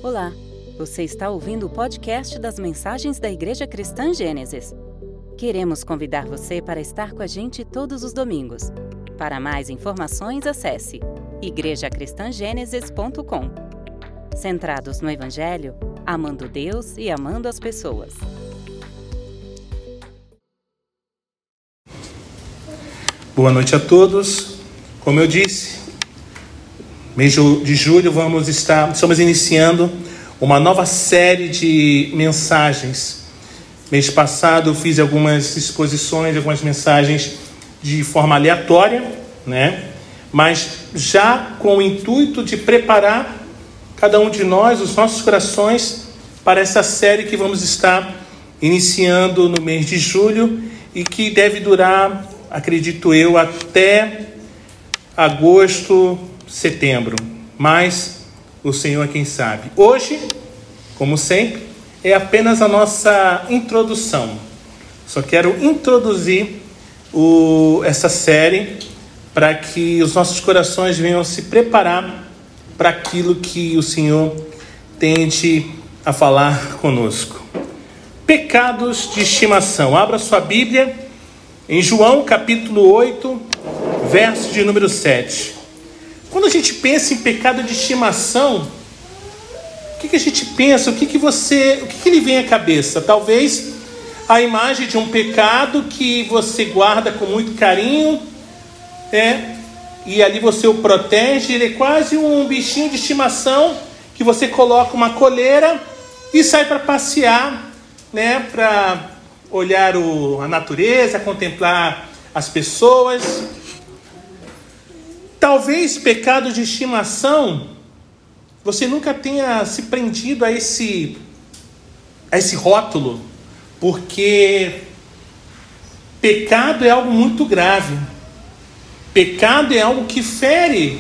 Olá, você está ouvindo o podcast das mensagens da Igreja Cristã Gênesis. Queremos convidar você para estar com a gente todos os domingos. Para mais informações, acesse igrejacristangênesis.com. Centrados no Evangelho, amando Deus e amando as pessoas. Boa noite a todos. Como eu disse, mês de julho estamos iniciando uma nova série de mensagens. Mês passado eu fiz algumas exposições, algumas mensagens de forma aleatória, né? Mas já com o intuito de preparar cada um de nós, os nossos corações, para essa série que vamos estar iniciando no mês de julho e que deve durar, acredito eu, até agosto, setembro. Mas o Senhor é quem sabe. Hoje, como sempre, é apenas a nossa introdução. Só quero introduzir essa série para que os nossos corações venham se preparar para aquilo que o Senhor tende a falar conosco. Pecados de estimação. Abra sua Bíblia em João capítulo 8, verso de número 7. Quando a gente pensa em pecado de estimação, o que a gente pensa? O que lhe vem à cabeça? Talvez a imagem de um pecado que você guarda com muito carinho, e ali você o protege. Ele é quase um bichinho de estimação que você coloca uma coleira e sai para passear, para olhar a natureza, contemplar as pessoas. Talvez pecado de estimação, você nunca tenha se prendido a esse rótulo, porque pecado é algo muito grave. Pecado é algo que fere,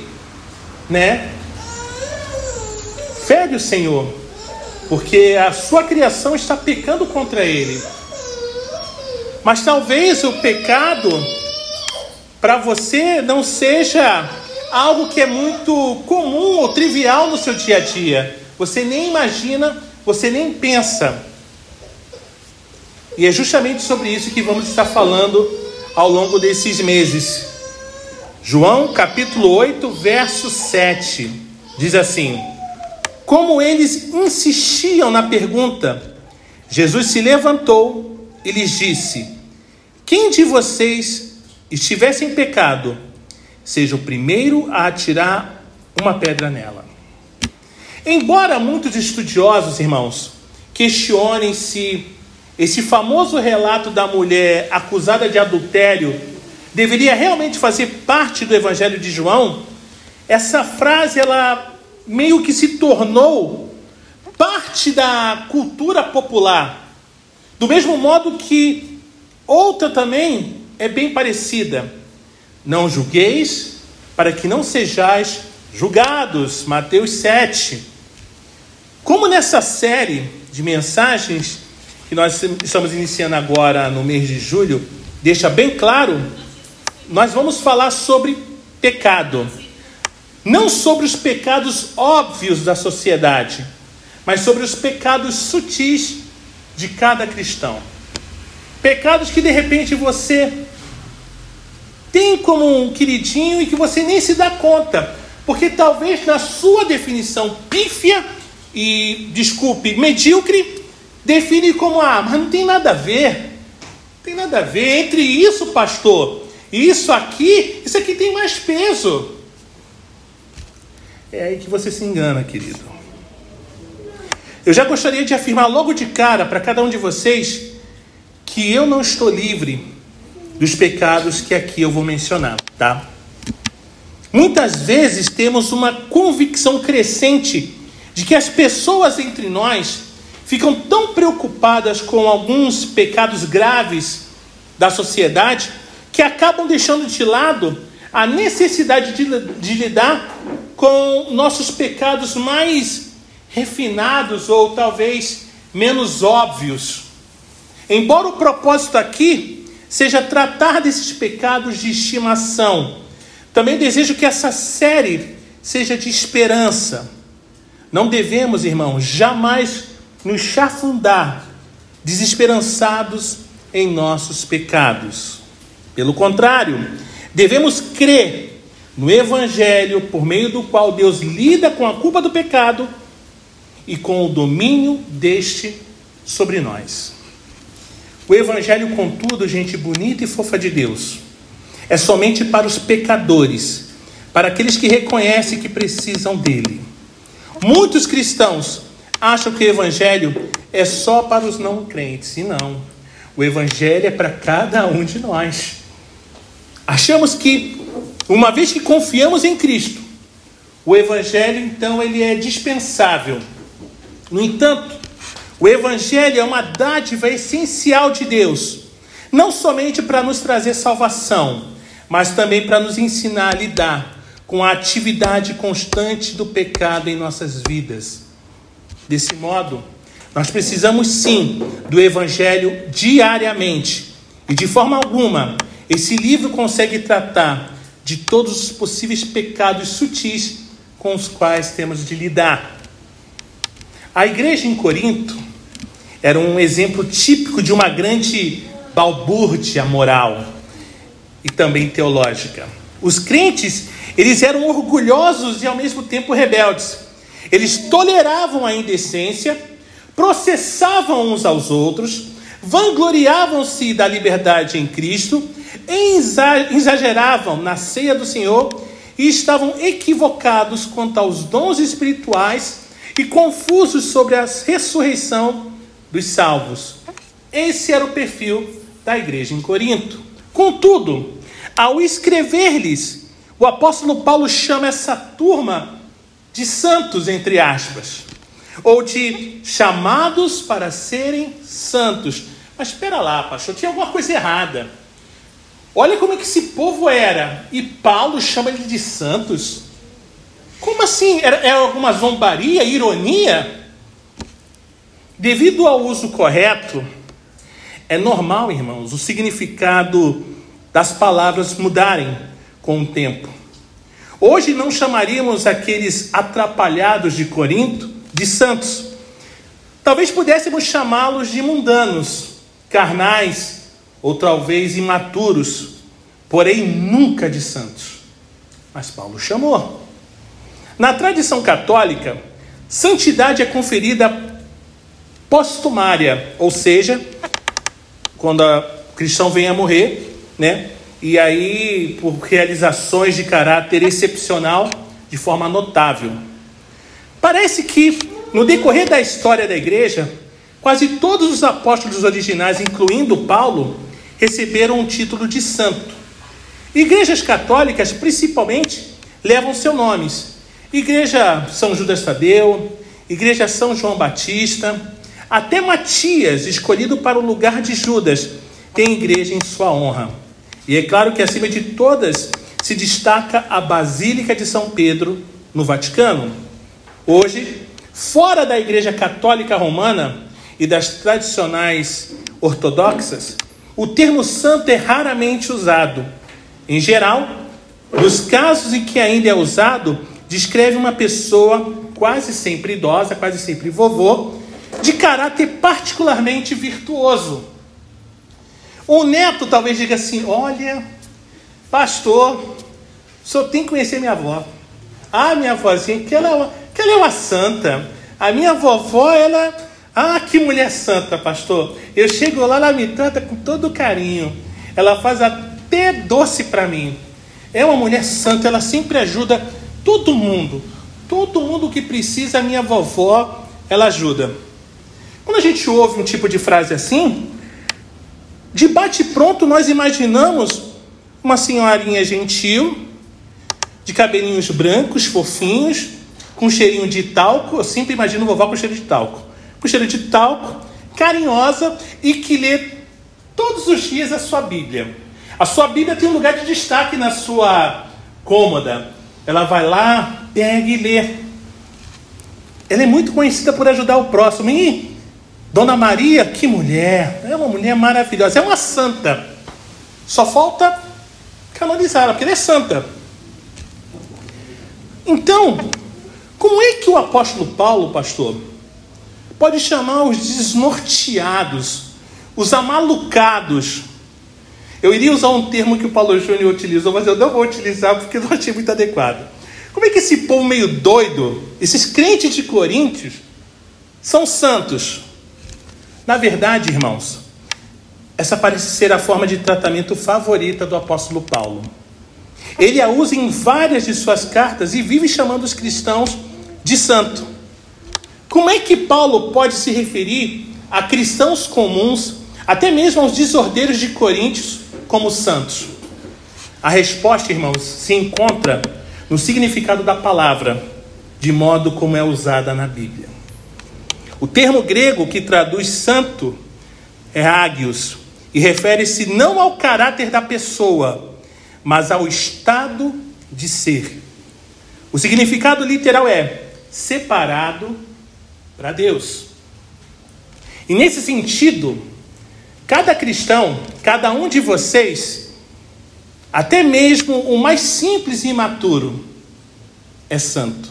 Fere o Senhor, porque a sua criação está pecando contra Ele. Mas talvez o pecado para você não seja algo que é muito comum ou trivial no seu dia a dia. Você nem imagina, você nem pensa. E é justamente sobre isso que vamos estar falando ao longo desses meses. João capítulo 8, verso 7, diz assim: como eles insistiam na pergunta, Jesus se levantou e lhes disse: quem de vocês estivesse em pecado, seja o primeiro a atirar uma pedra nela. Embora muitos estudiosos, irmãos, questionem se esse famoso relato da mulher acusada de adultério deveria realmente fazer parte do Evangelho de João, essa frase, ela meio que se tornou parte da cultura popular. Do mesmo modo que outra também é bem parecida. Não julgueis, para que não sejais julgados. Mateus 7. Como nessa série de mensagens que nós estamos iniciando agora no mês de julho, deixa bem claro, nós vamos falar sobre pecado. Não sobre os pecados óbvios da sociedade, mas sobre os pecados sutis de cada cristão. Pecados que de repente você tem como um queridinho e que você nem se dá conta, porque talvez na sua definição pífia e, medíocre, define como, mas não tem nada a ver. Não tem nada a ver entre isso, pastor, e isso aqui tem mais peso. É aí que você se engana, querido. Eu já gostaria de afirmar logo de cara para cada um de vocês que eu não estou livre dos pecados que aqui eu vou mencionar, tá? Muitas vezes temos uma convicção crescente de que as pessoas entre nós ficam tão preocupadas com alguns pecados graves da sociedade que acabam deixando de lado a necessidade de lidar com nossos pecados mais refinados ou talvez menos óbvios. Embora o propósito aqui seja tratar desses pecados de estimação, também desejo que essa série seja de esperança. não devemos, irmãos, jamais nos chafurdar, desesperançados em nossos pecados. Pelo contrário, devemos crer no Evangelho, por meio do qual Deus lida com a culpa do pecado e com o domínio deste sobre nós. O Evangelho, contudo, gente bonita e fofa de Deus, é somente para os pecadores, para aqueles que reconhecem que precisam dele. Muitos cristãos acham que o Evangelho é só para os não crentes, e não. O Evangelho é para cada um de nós. Achamos que, uma vez que confiamos em Cristo, o Evangelho, então, ele é dispensável. No entanto, o Evangelho é uma dádiva essencial de Deus, não somente para nos trazer salvação, mas também para nos ensinar a lidar com a atividade constante do pecado em nossas vidas. Desse modo, nós precisamos sim do Evangelho diariamente. E de forma alguma, esse livro consegue tratar de todos os possíveis pecados sutis com os quais temos de lidar. A igreja em Corinto era um exemplo típico de uma grande balbúrdia moral e também teológica. Os crentes, eles eram orgulhosos e ao mesmo tempo rebeldes. Eles toleravam a indecência, processavam uns aos outros, vangloriavam-se da liberdade em Cristo, exageravam na ceia do Senhor e estavam equivocados quanto aos dons espirituais e confusos sobre a ressurreição dos salvos. Esse era o perfil da igreja em Corinto. Contudo, ao escrever-lhes, o apóstolo Paulo chama essa turma de santos, entre aspas, ou de chamados para serem santos. Mas espera lá, pastor, tinha alguma coisa errada. Olha como é que esse povo era, e Paulo chama ele de santos. Como assim? É alguma zombaria, ironia? Devido ao uso correto, é normal, irmãos, o significado das palavras mudarem com o tempo. Hoje não chamaríamos aqueles atrapalhados de Corinto de santos. Talvez pudéssemos chamá-los de mundanos, carnais ou talvez imaturos, porém nunca de santos. Mas Paulo chamou. Na tradição católica, santidade é conferida postumária, ou seja, quando o cristão vem a morrer, né? E aí, por realizações de caráter excepcional, de forma notável. Parece que, no decorrer da história da igreja, quase todos os apóstolos originais, incluindo Paulo, receberam um título de santo. Igrejas católicas, principalmente, levam seus nomes. Igreja São Judas Tadeu, Igreja São João Batista, até Matias, escolhido para o lugar de Judas, tem igreja em sua honra. E é claro que acima de todas se destaca a Basílica de São Pedro, no Vaticano. Hoje, fora da Igreja Católica Romana e das tradicionais ortodoxas, o termo santo é raramente usado. Em geral, nos casos em que ainda é usado, descreve uma pessoa quase sempre idosa, quase sempre vovô, de caráter particularmente virtuoso. O neto talvez diga assim: olha, pastor, o senhor tem que conhecer minha avó. Ah, minha avózinha, que ela é uma santa. A minha vovó, que mulher santa, pastor. Eu chego lá, ela me trata com todo carinho. Ela faz até doce para mim. É uma mulher santa, ela sempre ajuda todo mundo. Todo mundo que precisa, a minha vovó, ela ajuda. Quando a gente ouve um tipo de frase assim, de bate-pronto nós imaginamos uma senhorinha gentil, de cabelinhos brancos, fofinhos, com cheirinho de talco. Eu sempre imagino vovó com cheiro de talco. Com cheiro de talco, carinhosa e que lê todos os dias a sua Bíblia. A sua Bíblia tem um lugar de destaque na sua cômoda. Ela vai lá, pega e lê. Ela é muito conhecida por ajudar o próximo. E Dona Maria, que mulher! É uma mulher maravilhosa. É uma santa. Só falta canonizá-la, porque ela é santa. Então, Como é que o apóstolo Paulo, pastor, pode chamar os desnorteados, os amalucados? Eu iria usar um termo que o Paulo Júnior utilizou, mas eu não vou utilizar porque não achei muito adequado. Como é que esse povo meio doido, esses crentes de Coríntios, são santos? Na verdade, irmãos, essa parece ser a forma de tratamento favorita do apóstolo Paulo. Ele a usa em várias de suas cartas e vive chamando os cristãos de santo. Como é que Paulo pode se referir a cristãos comuns, até mesmo aos desordeiros de Coríntios, como santos? A resposta, irmãos, se encontra no significado da palavra, de modo como é usada na Bíblia. O termo grego que traduz santo é hagios, e refere-se não ao caráter da pessoa, mas ao estado de ser. O significado literal é separado para Deus. E nesse sentido, cada cristão, cada um de vocês, até mesmo o mais simples e imaturo, é santo.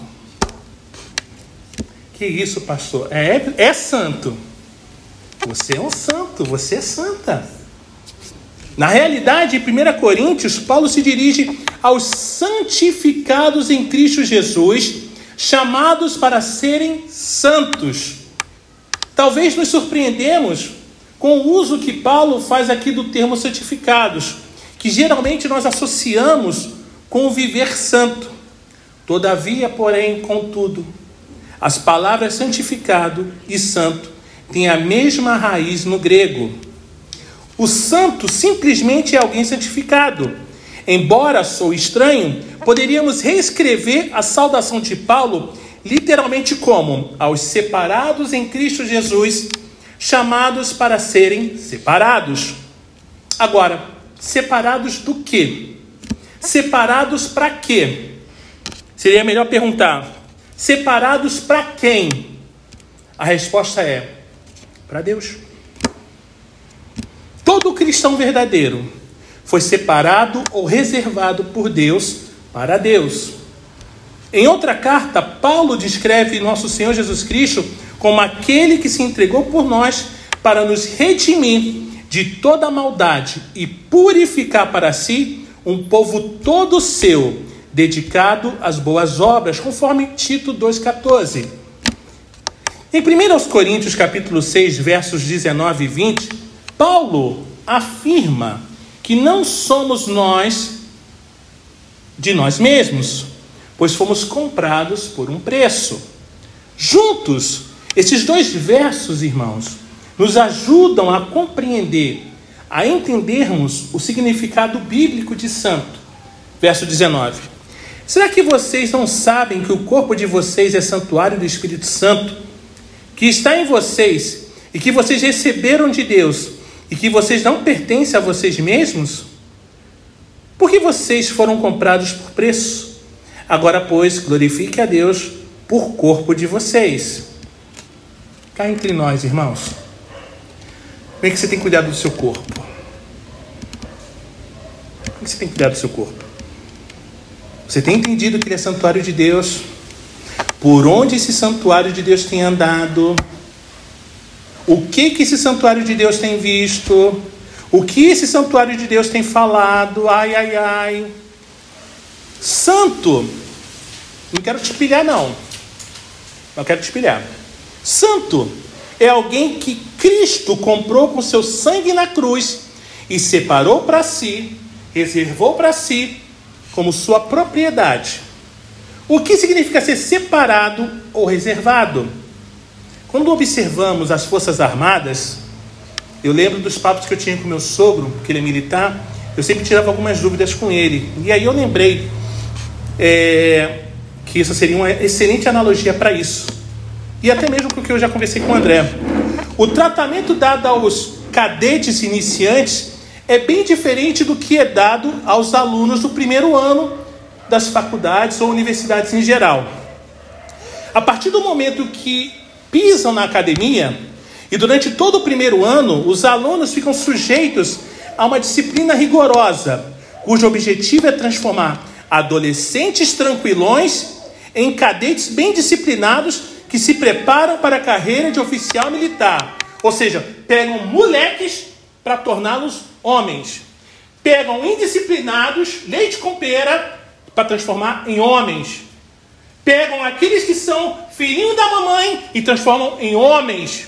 Que isso, pastor? É santo. Você é um santo, você é santa. Na realidade, em 1 Coríntios, Paulo se dirige aos santificados em Cristo Jesus, chamados para serem santos. Talvez nos surpreendemos com o uso que Paulo faz aqui do termo santificados, que geralmente nós associamos com o viver santo. Todavia, porém, contudo, as palavras santificado e santo têm a mesma raiz no grego. O santo simplesmente é alguém santificado. Embora sou estranho, poderíamos reescrever a saudação de Paulo literalmente como aos separados em Cristo Jesus, chamados para serem separados. Agora, separados do quê? Separados para quê? Seria melhor perguntar: separados para quem? A resposta é: para Deus. Todo cristão verdadeiro foi separado ou reservado por Deus para Deus. Em outra carta, Paulo descreve nosso Senhor Jesus Cristo como aquele que se entregou por nós para nos redimir de toda maldade e purificar para si um povo todo seu, dedicado às boas obras, conforme Tito 2,14. Em 1 Coríntios capítulo 6, versos 19 e 20, Paulo afirma que não somos nós de nós mesmos, pois fomos comprados por um preço. Juntos, esses dois versos, irmãos, nos ajudam a compreender, a entendermos o significado bíblico de santo. Verso 19. Será que vocês não sabem que o corpo de vocês é santuário do Espírito Santo, que está em vocês e que vocês receberam de Deus e que vocês não pertencem a vocês mesmos? Porque vocês foram comprados por preço. Agora, pois, glorifique a Deus por corpo de vocês. Cá entre nós, irmãos, como é que você tem cuidado do seu corpo? Como é que você tem cuidado do seu corpo? Você tem entendido que ele é santuário de Deus? Por onde esse santuário de Deus tem andado? O que esse santuário de Deus tem visto? O que esse santuário de Deus tem falado? Ai, ai, ai. Santo. Não quero te pilhar, não. Não quero te pilhar. Santo é alguém que Cristo comprou com seu sangue na cruz e separou para si, reservou para si como sua propriedade. O que significa ser separado ou reservado? Quando observamos as Forças Armadas, eu lembro dos papos que eu tinha com meu sogro, que ele é militar, eu sempre tirava algumas dúvidas com ele. E aí eu lembrei que isso seria uma excelente analogia para isso. E até mesmo porque eu já conversei com o André. O tratamento dado aos cadetes iniciantes é bem diferente do que é dado aos alunos do primeiro ano das faculdades ou universidades em geral. A partir do momento que pisam na academia, e durante todo o primeiro ano, os alunos ficam sujeitos a uma disciplina rigorosa, cujo objetivo é transformar adolescentes tranquilões em cadetes bem disciplinados que se preparam para a carreira de oficial militar. Ou seja, pegam moleques para torná-los homens. Pegam indisciplinados, leite com pera, para transformar em homens. Pegam aqueles que são filhinhos da mamãe e transformam em homens.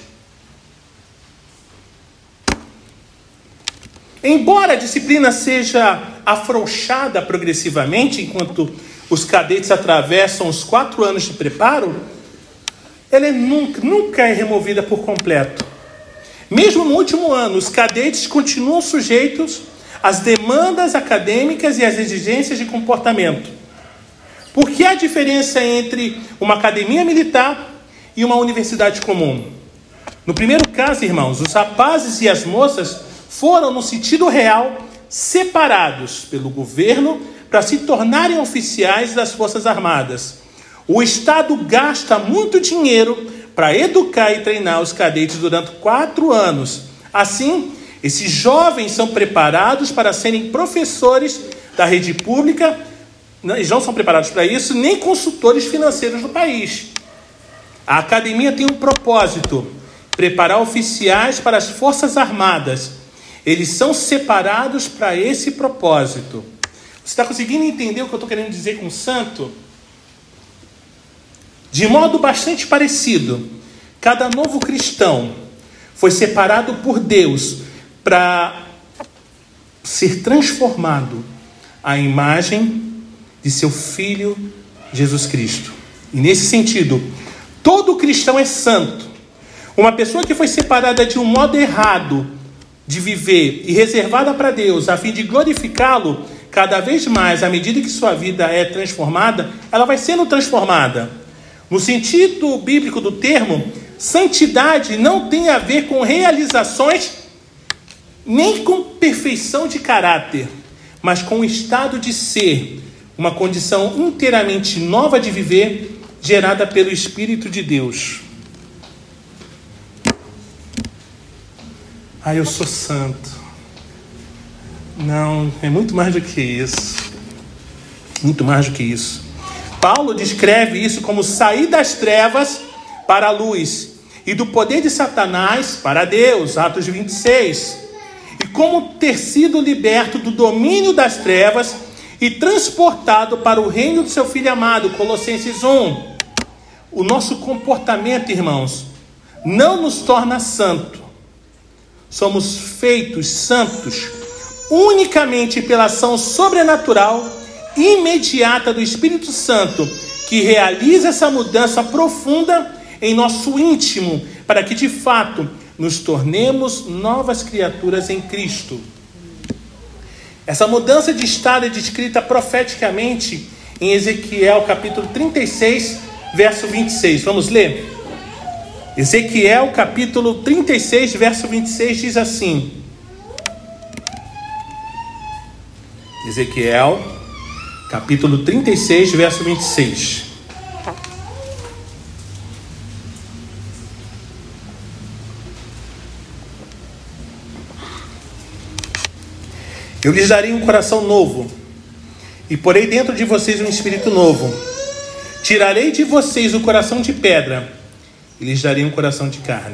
Embora a disciplina seja afrouxada progressivamente, enquanto os cadetes atravessam os 4 anos de preparo, ela nunca é removida por completo. Mesmo no último ano, os cadetes continuam sujeitos às demandas acadêmicas e às exigências de comportamento. Por que há diferença entre uma academia militar e uma universidade comum? No primeiro caso, irmãos, os rapazes e as moças foram, no sentido real, separados pelo governo para se tornarem oficiais das Forças Armadas. O Estado gasta muito dinheiro para educar e treinar os cadetes durante 4 anos. Assim, esses jovens são preparados para serem professores da rede pública. Eles não são preparados para isso, nem consultores financeiros do país. A academia tem um propósito: preparar oficiais para as Forças Armadas. Eles são separados para esse propósito. Você está conseguindo entender o que eu estou querendo dizer com santo? De modo bastante parecido, cada novo cristão foi separado por Deus para ser transformado à imagem de seu Filho Jesus Cristo. E nesse sentido, todo cristão é santo. Uma pessoa que foi separada de um modo errado de viver e reservada para Deus, a fim de glorificá-lo cada vez mais, à medida que sua vida é transformada, ela vai sendo transformada. No sentido bíblico do termo, santidade não tem a ver com realizações, nem com perfeição de caráter, mas com o estado de ser, uma condição inteiramente nova de viver, gerada pelo Espírito de Deus. Eu sou santo. Não, é muito mais do que isso. Muito mais do que isso. Paulo descreve isso como sair das trevas para a luz e do poder de Satanás para Deus, Atos 26. E como ter sido liberto do domínio das trevas e transportado para o reino do seu Filho amado, Colossenses 1. O nosso comportamento, irmãos, não nos torna santo. Somos feitos santos unicamente pela ação sobrenatural imediata do Espírito Santo, que realiza essa mudança profunda em nosso íntimo, para que de fato nos tornemos novas criaturas em Cristo. Essa mudança de estado é descrita profeticamente em Ezequiel capítulo 36, verso 26. Vamos ler? Ezequiel capítulo 36, verso 26 diz assim. Ezequiel capítulo 36, verso 26. Eu lhes darei um coração novo, e porei dentro de vocês um espírito novo. Tirarei de vocês o coração de pedra, e lhes darei um coração de carne.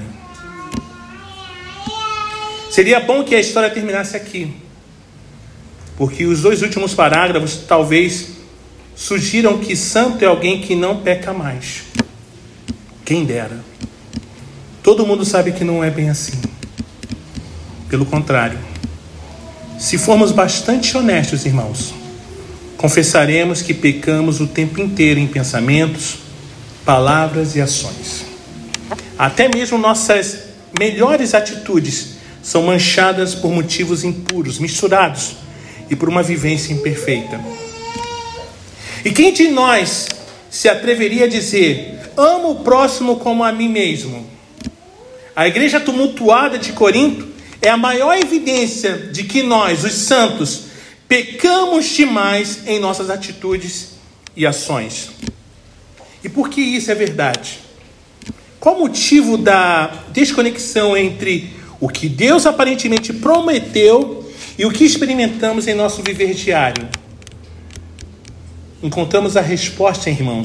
Seria bom que a história terminasse aqui, porque os 2 últimos parágrafos talvez sugiram que santo é alguém que não peca mais. Quem dera. Todo mundo sabe que não é bem assim. Pelo contrário, se formos bastante honestos, irmãos, confessaremos que pecamos o tempo inteiro em pensamentos, palavras e ações. Até mesmo nossas melhores atitudes são manchadas por motivos impuros, misturados, e por uma vivência imperfeita. E quem de nós se atreveria a dizer: amo o próximo como a mim mesmo? A igreja tumultuada de Corinto é a maior evidência de que nós, os santos, pecamos demais em nossas atitudes e ações. E por que isso é verdade? Qual o motivo da desconexão entre o que Deus aparentemente prometeu e o que experimentamos em nosso viver diário? Encontramos a resposta, irmãos,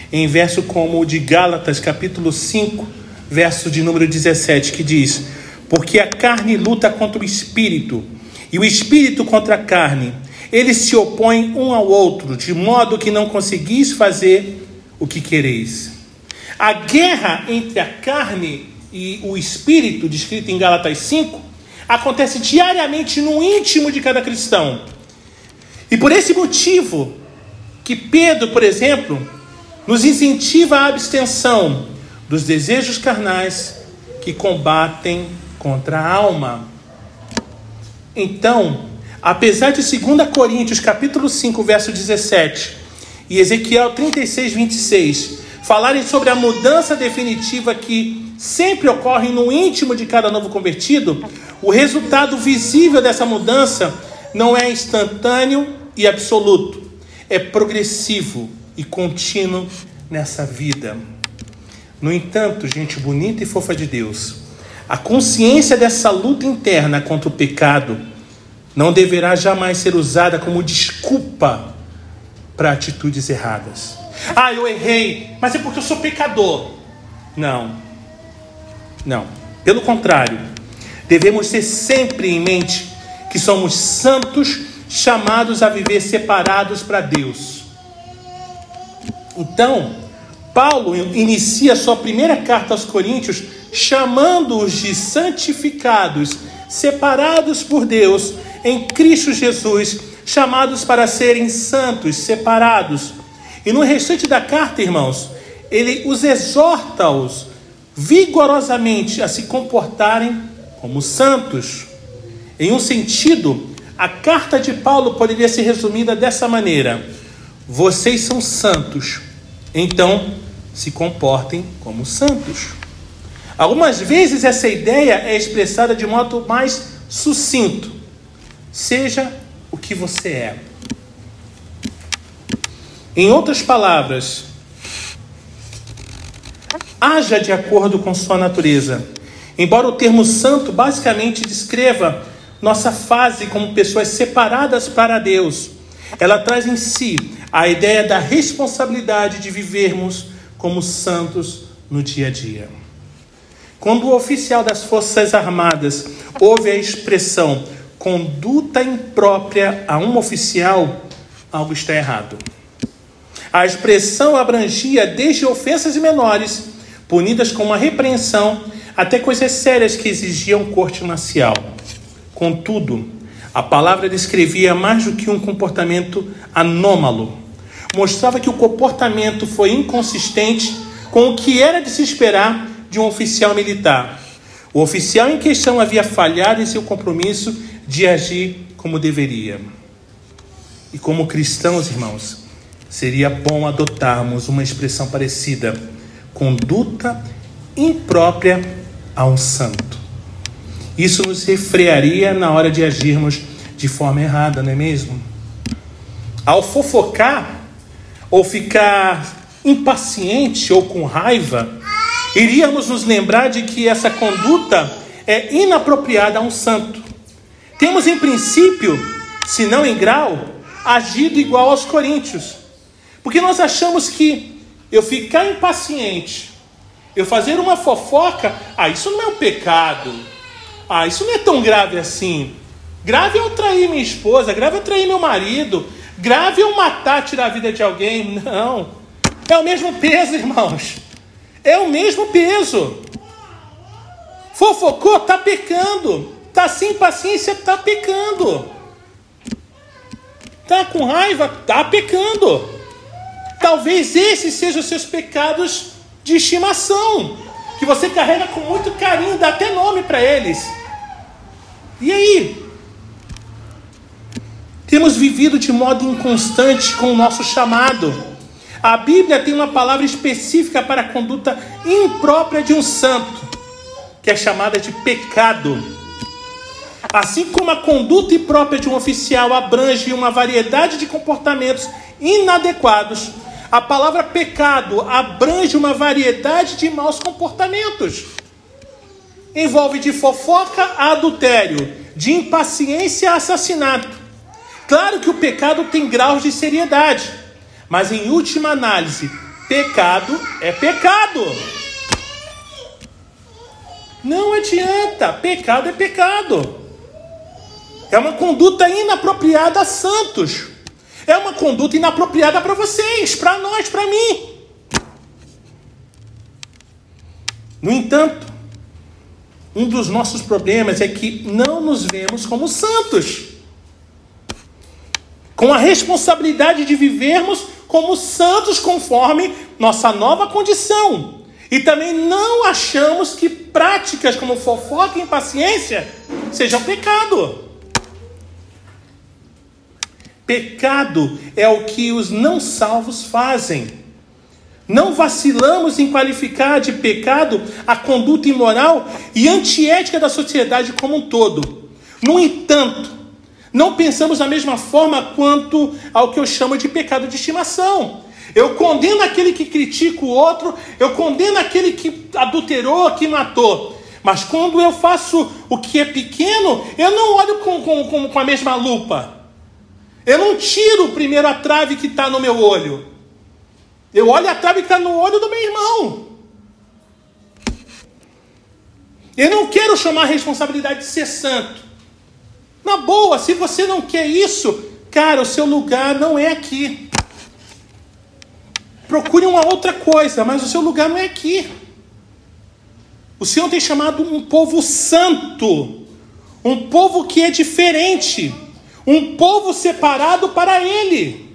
em verso como o de Gálatas, capítulo 5, verso de número 17, que diz: porque a carne luta contra o espírito, e o espírito contra a carne. Eles se opõem um ao outro, de modo que não conseguis fazer o que quereis. A guerra entre a carne e o espírito, descrito em Gálatas 5, acontece diariamente no íntimo de cada cristão. E por esse motivo que Pedro, por exemplo, nos incentiva a abstenção dos desejos carnais que combatem contra a alma. Então, apesar de 2 Coríntios capítulo 5, verso 17 e Ezequiel 36, 26 falarem sobre a mudança definitiva que sempre ocorre no íntimo de cada novo convertido, o resultado visível dessa mudança não é instantâneo e absoluto, é progressivo e contínuo nessa vida. No entanto, gente bonita e fofa de Deus, a consciência dessa luta interna contra o pecado não deverá jamais ser usada como desculpa para atitudes erradas. Ah, eu errei, mas é porque eu sou pecador. Não. Pelo contrário, devemos ter sempre em mente que somos santos, chamados a viver separados para Deus. Então, Paulo inicia sua primeira carta aos Coríntios chamando-os de santificados, separados por Deus em Cristo Jesus, chamados para serem santos, separados. E no restante da carta, irmãos, ele os exorta-os vigorosamente a se comportarem como santos. Em um sentido, a carta de Paulo poderia ser resumida dessa maneira: vocês são santos, então se comportem como santos. Algumas vezes essa ideia é expressada de modo mais sucinto: seja o que você é. Em outras palavras, haja de acordo com sua natureza. Embora o termo santo basicamente descreva nossa fase como pessoas separadas para Deus, ela traz em si a ideia da responsabilidade de vivermos como santos no dia a dia. Quando o oficial das Forças Armadas ouve a expressão conduta imprópria a um oficial, algo está errado. A expressão abrangia desde ofensas menores, punidas com uma repreensão, até coisas sérias que exigiam corte marcial. Contudo, a palavra descrevia mais do que um comportamento anômalo. Mostrava que o comportamento foi inconsistente com o que era de se esperar de um oficial militar. O oficial em questão havia falhado em seu compromisso de agir como deveria. E como cristãos, irmãos, seria bom adotarmos uma expressão parecida: conduta imprópria a um santo. Isso nos refrearia na hora de agirmos de forma errada, não é mesmo? Ao fofocar ou ficar impaciente ou com raiva, iríamos nos lembrar de que essa conduta é inapropriada a um santo. Temos em princípio, se não em grau, agido igual aos coríntios. Porque nós achamos que eu ficar impaciente, eu fazer uma fofoca, isso não é um pecado. Isso não é tão grave assim. Grave é eu trair minha esposa, grave é eu trair meu marido, grave é eu matar, tirar a vida de alguém. Não. É o mesmo peso, irmãos. É o mesmo peso. Fofocou, está pecando. Está sem paciência, está pecando. Está com raiva, está pecando. Talvez esses sejam os seus pecados de estimação, que você carrega com muito carinho, dá até nome para eles. E aí? Temos vivido de modo inconstante com o nosso chamado. A Bíblia tem uma palavra específica para a conduta imprópria de um santo, que é chamada de pecado. Assim como a conduta imprópria de um oficial abrange uma variedade de comportamentos inadequados, a palavra pecado abrange uma variedade de maus comportamentos. Envolve de fofoca a adultério, de impaciência a assassinato. Claro que o pecado tem graus de seriedade, mas em última análise, pecado é pecado. Não adianta, pecado é pecado. É uma conduta inapropriada a santos. É uma conduta inapropriada para vocês, para nós, para mim. No entanto, um dos nossos problemas é que não nos vemos como santos, com a responsabilidade de vivermos como santos conforme nossa nova condição. E também não achamos que práticas como fofoca e impaciência sejam pecado. Pecado é o que os não salvos fazem. Não vacilamos em qualificar de pecado a conduta imoral e antiética da sociedade como um todo. No entanto, não pensamos da mesma forma quanto ao que eu chamo de pecado de estimação. Eu condeno aquele que critica o outro, eu condeno aquele que adulterou, que matou. Mas quando eu faço o que é pequeno, eu não olho com a mesma lupa. Eu não tiro primeiro a trave que está no meu olho. Eu olho a trave que está no olho do meu irmão. Eu não quero chamar a responsabilidade de ser santo. Na boa, se você não quer isso, cara, o seu lugar não é aqui. Procure uma outra coisa, mas o seu lugar não é aqui. O Senhor tem chamado um povo santo. Um povo que é diferente. Um povo separado para Ele.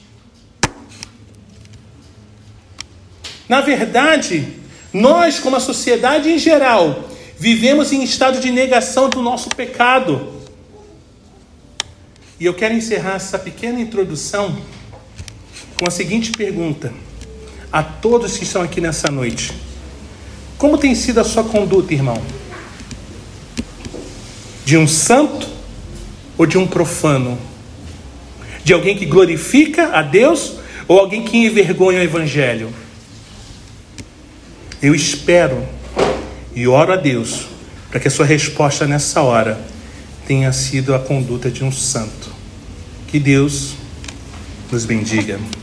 Na verdade, nós, como a sociedade em geral, vivemos em estado de negação do nosso pecado. E eu quero encerrar essa pequena introdução com a seguinte pergunta a todos que estão aqui nessa noite. Como tem sido a sua conduta, irmão? De um santo ou de um profano? De alguém que glorifica a Deus ou alguém que envergonha o Evangelho? Eu espero e oro a Deus para que a sua resposta nessa hora tenha sido a conduta de um santo. Que Deus nos bendiga.